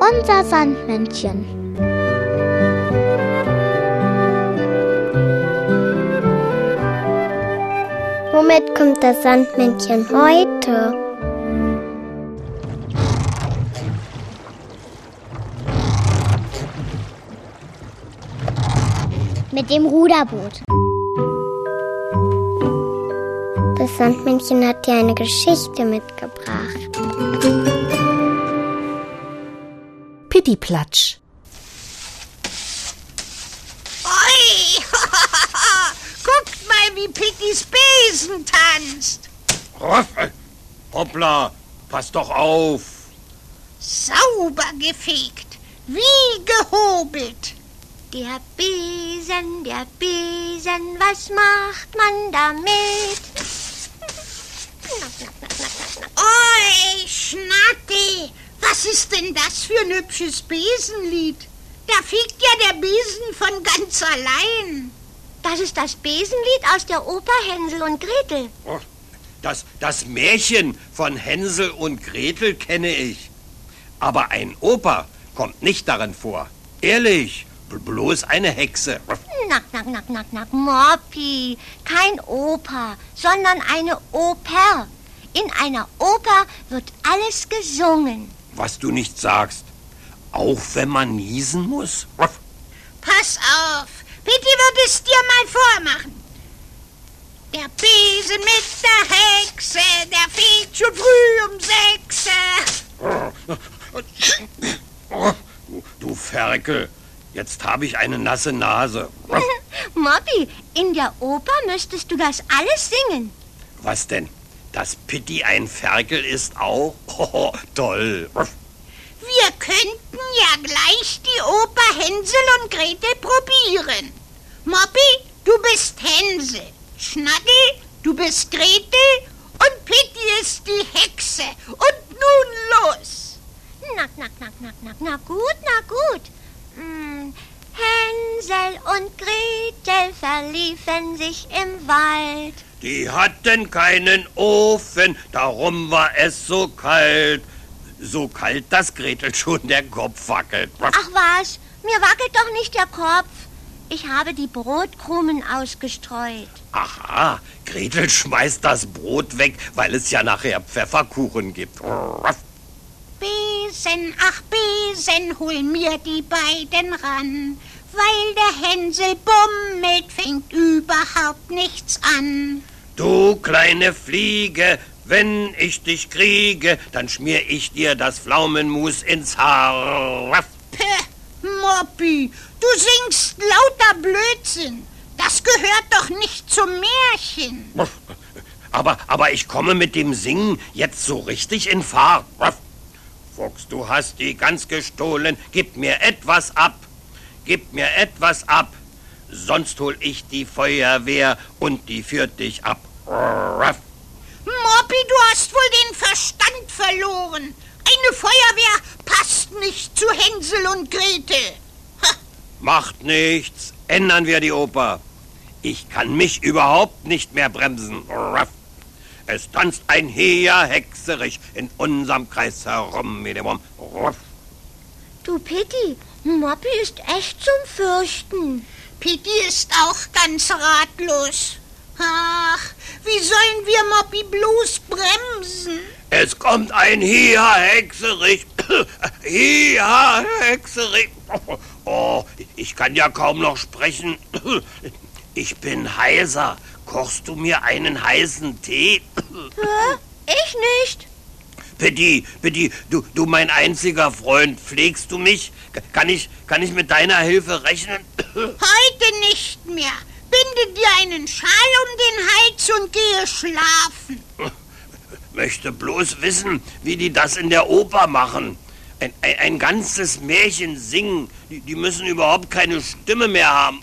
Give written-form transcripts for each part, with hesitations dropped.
Unser Sandmännchen. Womit kommt das Sandmännchen heute? Mit dem Ruderboot. Das Sandmännchen hat dir eine Geschichte mitgebracht. Pittiplatsch. Oi! Guckt mal, wie Pittys Besen tanzt. Hoppla, pass doch auf. Sauber gefegt, wie gehobelt. Der Besen, was macht man damit? Oi, Schnatti, was ist denn das für ein hübsches Besenlied? Da fegt ja der Besen von ganz allein. Das ist das Besenlied aus der Oper Hänsel und Gretel. Das Märchen von Hänsel und Gretel kenne ich. Aber ein Oper kommt nicht darin vor. Ehrlich, bloß eine Hexe. Nack, Moppi. Kein Oper, sondern eine Oper. In einer Oper wird alles gesungen. Was du nicht sagst. Auch wenn man niesen muss? Pass auf, Pitti wird es dir mal vormachen. Der Besen mit der Hexe, der fegt schon früh um 6. Du Ferkel, jetzt habe ich eine nasse Nase. Moppi, in der Oper müsstest du das alles singen. Was denn? Dass Pitti ein Ferkel ist auch? Oh, toll. Wir könnten ja gleich die Oper Hänsel und Gretel probieren. Moppi, du bist Hänsel. Schnadel, du bist Gretel. Und Pitti ist die Hexe. Und nun los. Na gut. Hänsel und Gretel verliefen sich im Wald. Die hatten keinen Ofen, darum war es so kalt. So kalt, dass Gretel schon der Kopf wackelt. Ach was, mir wackelt doch nicht der Kopf. Ich habe die Brotkrumen ausgestreut. Aha, Gretel schmeißt das Brot weg, weil es ja nachher Pfefferkuchen gibt. Besen, ach Besen, hol mir die beiden ran. Weil der Hänsel bummelt, fängt überhaupt nichts an. Du kleine Fliege, wenn ich dich kriege, dann schmier ich dir das Pflaumenmus ins Haar. Päh, Moppi, du singst lauter Blödsinn. Das gehört doch nicht zum Märchen. Aber ich komme mit dem Singen jetzt so richtig in Fahrt. Fuchs, du hast die Gans gestohlen, gib mir etwas ab. Gib mir etwas ab, sonst hol ich die Feuerwehr und die führt dich ab. Moppi, du hast wohl den Verstand verloren. Eine Feuerwehr passt nicht zu Hänsel und Gretel. Ha. Macht nichts, ändern wir die Oper. Ich kann mich überhaupt nicht mehr bremsen. Es tanzt ein Heer hexerich in unserem Kreis herum. Du Pitti, Moppi ist echt zum Fürchten. Pitti ist auch ganz ratlos. Ach, wie sollen wir Moppi bloß bremsen? Es kommt ein Heer hexerich. Heer hexerich. Oh, ich kann ja kaum noch sprechen. Ich bin heiser. Kochst du mir einen heißen Tee? Ich nicht. Pitti, du mein einziger Freund, pflegst du mich? Kann ich mit deiner Hilfe rechnen? Heute nicht mehr. Binde dir einen Schal um den Hals und gehe schlafen. Möchte bloß wissen, wie die das in der Oper machen. Ein ganzes Märchen singen. Die müssen überhaupt keine Stimme mehr haben.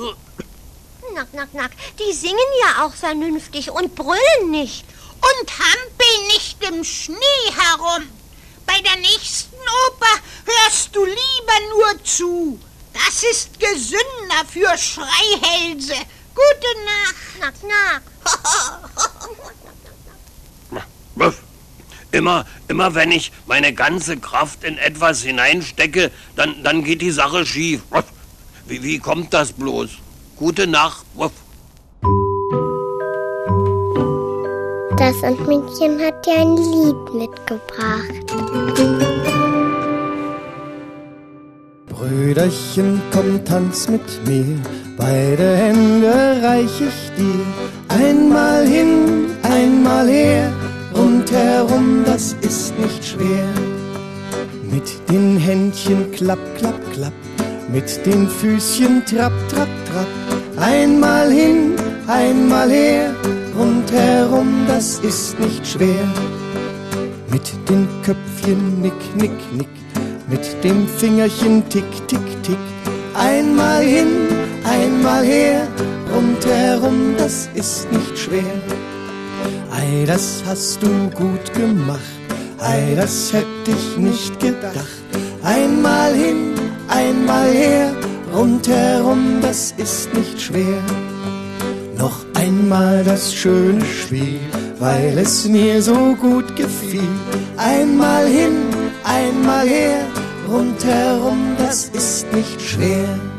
Nack. Die singen ja auch vernünftig und brüllen nicht. Und hampeln nicht im Schnee herum. Bei der nächsten Oper hörst du lieber nur zu. Das ist gesünder für Schreihälse. Gute Nacht. Nack. Immer wenn ich meine ganze Kraft in etwas hineinstecke, dann geht die Sache schief. Wie kommt das bloß? Gute Nacht. Das Sandmännchen hat dir ein Lied mitgebracht. Brüderchen, komm, tanz mit mir, beide Hände reich ich dir. Einmal hin, einmal her, rundherum, das ist nicht schwer. Mit den Händchen klapp, klapp, klapp, mit den Füßchen trapp, trapp, trapp. Einmal hin, einmal her, rundherum, das ist nicht schwer. Mit den Köpfchen nick, nick, nick, mit dem Fingerchen tick, tick, tick. Einmal hin, einmal her, rundherum, das ist nicht schwer. Ei, das hast du gut gemacht, ei, das hätt ich nicht gedacht. Einmal hin, einmal her, rundherum, das ist nicht schwer. Noch einmal das schöne Spiel, weil es mir so gut gefiel. Einmal hin, einmal her, rundherum, das ist nicht schwer.